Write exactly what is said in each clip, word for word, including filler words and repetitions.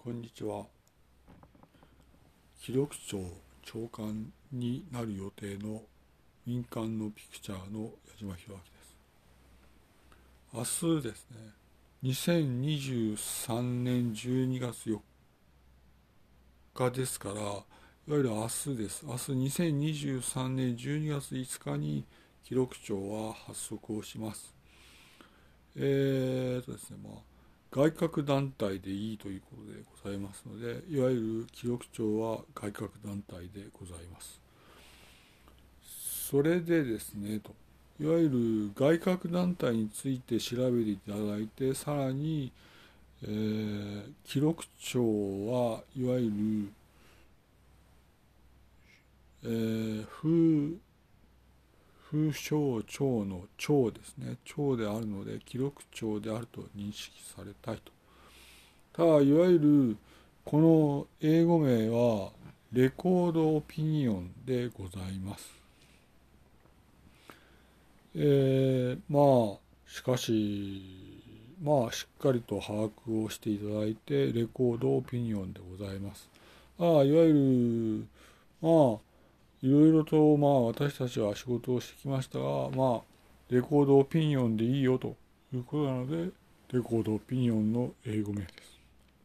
こんにちは。記録庁長官になる予定の民間のピクチャーの矢島弘明です。明日ですね、にせんにじゅうさんねんじゅうにがつよっかですから、いわゆる明日です。明日にせんにじゅうさんねんじゅうにがついつかに記録庁は発足をします。えーとですね、まあ、外郭団体でいいということでございますので、いわゆる記録庁は外郭団体でございます。それでですね、といわゆる外郭団体について調べていただいて、さらに、えー、記録庁はいわゆる、えー、風風省庁の庁ですね、庁であるので記録庁であると認識されたいと。ただいわゆるこの英語名はレコードオピニオンでございます。えー、まあしかしまあしっかりと把握をしていただいてレコードオピニオンでございます。ああいわゆるまあいろいろとまあ私たちは仕事をしてきましたが、まあレコードオピニオンでいいよということなのでレコードオピニオンの英語名です。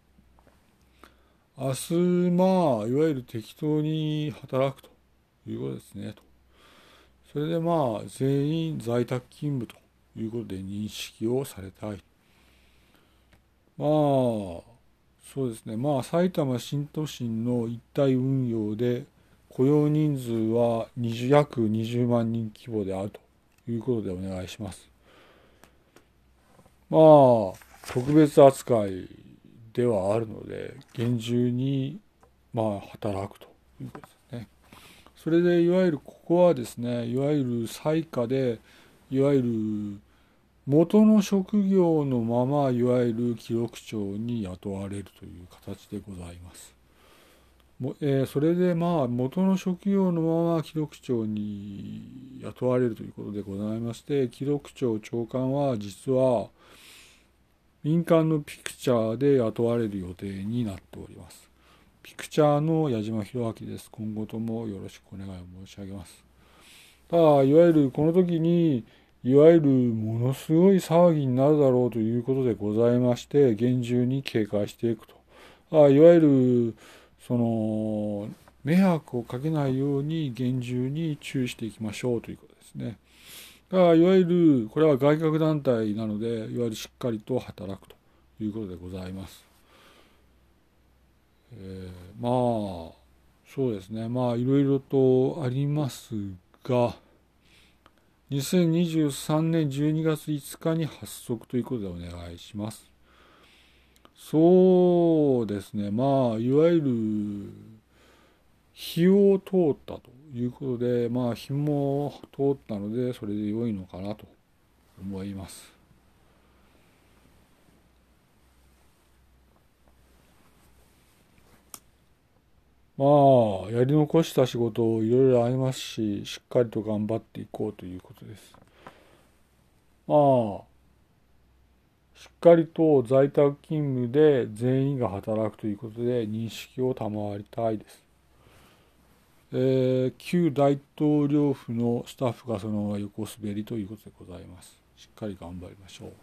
明日まあいわゆる適当に働くということですねと。それでまあ全員在宅勤務ということで認識をされたい。まあそうですね、まあ埼玉新都心の一体運用で雇用人数は約にじゅうまんにん規模であるということでお願いします。まあ特別扱いではあるので厳重にまあ働くということですね。それでいわゆるここはですね、いわゆる災禍でいわゆる元の職業のままいわゆる記録庁に雇われるという形でございます。もえー、それでまあ元の職業のまま記録庁に雇われるということでございまして、記録庁長官は実は民間のピクチャーで雇われる予定になっております。ピクチャーの矢島弘明です。今後ともよろしくお願いを申し上げます。ただいわゆるこの時にいわゆるものすごい騒ぎになるだろうということでございまして厳重に警戒していくと。あいわゆるその迷惑をかけないように厳重に注意していきましょうということですね。だからいわゆるこれは外郭団体なのでいわゆるしっかりと働くということでございます。えー、まあそうですね、まあいろいろとありますがにせんにじゅうさんねんじゅうにがついつかに発足ということでお願いします。そうですね、まあいわゆる日を通ったということで、まあ日も通ったのでそれで良いのかなと思います。まあやり残した仕事いろいろありますし、しっかりと頑張っていこうということです。まあしっかりと在宅勤務で全員が働くということで認識を賜りたいです。えー、旧大統領府のスタッフがそのまま横滑りということでございます。しっかり頑張りましょう。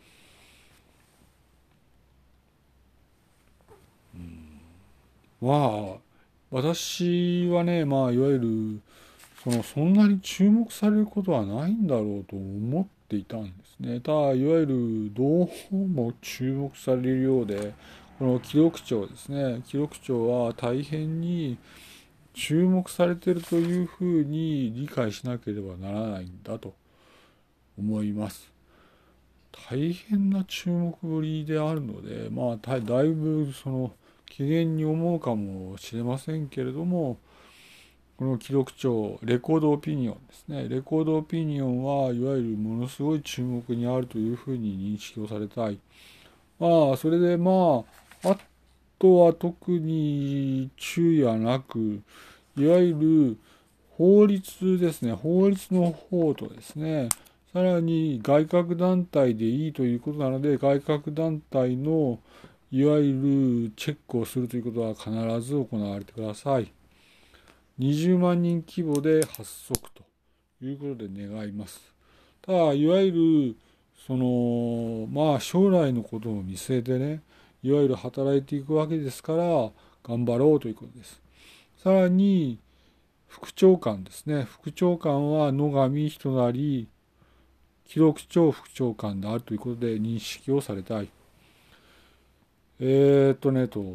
うん、まあ私はね、まあいわゆるそのそんなに注目されることはないんだろうと思っていたんですね。ただいわゆるどうも注目されるようで、この記録庁ですね、記録庁は大変に注目されているというふうに理解しなければならないんだと思います。大変な注目ぶりであるので、まあだいぶその機嫌に思うかもしれませんけれども、この記録帳、レコードオピニオンですね。レコードオピニオンはいわゆるものすごい注目にあるというふうに認識をされたい。まあ、それでまあ、あとは特に注意はなく、いわゆる法律ですね。法律の方とですね、さらに外郭団体でいいということなので、外郭団体のいわゆるチェックをするということは必ず行われてください。にじゅうまんにん規模で発足ということで願います。ただ、いわゆる、その、まあ将来のことを見据えてね、いわゆる働いていくわけですから、頑張ろうということです。さらに、副長官ですね。副長官は野上人成記録庁副長官であるということで認識をされたい。えーっとねと、うん、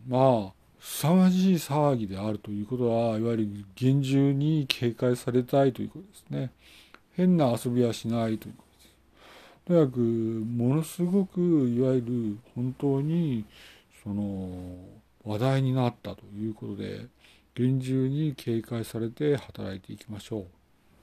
まあ、凄まじい騒ぎであるということは、いわゆる厳重に警戒されたいということですね。変な遊びはしないということです。とにかく、ものすごく、いわゆる本当に、その、話題になったということで、厳重に警戒されて働いていきましょ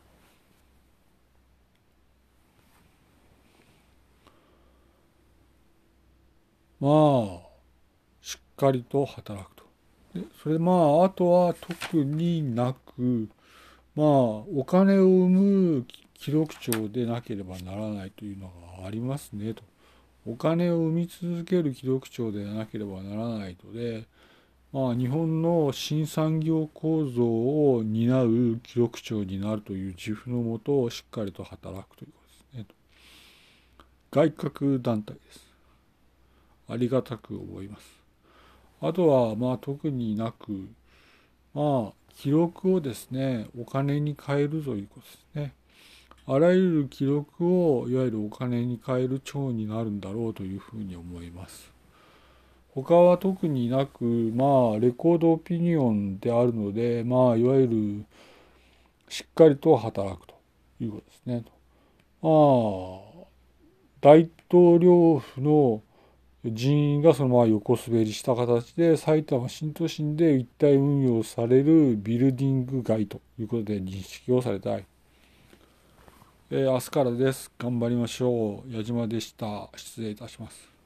う。まあ、しっかりと働くと。で、それまあ、あとは特になく、まあ、お金を生む記録庁でなければならないというのがありますねと。お金を生み続ける記録庁でなければならないので、まあ、日本の新産業構造を担う記録庁になるという自負のもと、しっかりと働くということですね。外郭団体です。ありがたく思います。あとは、まあ、特になく、まあ、記録をですね、お金に変えるということですね。あらゆる記録をいわゆるお金に変える庁になるんだろうというふうに思います。他は特になく、まあ、レコードオピニオンであるので、まあ、いわゆるしっかりと働くということですね。まあ、大統領府の人員がそのまま横滑りした形で埼玉新都心で一体運用されるビルディング街ということで認識をされたい。えー、明日からです。頑張りましょう。矢島でした。失礼いたします。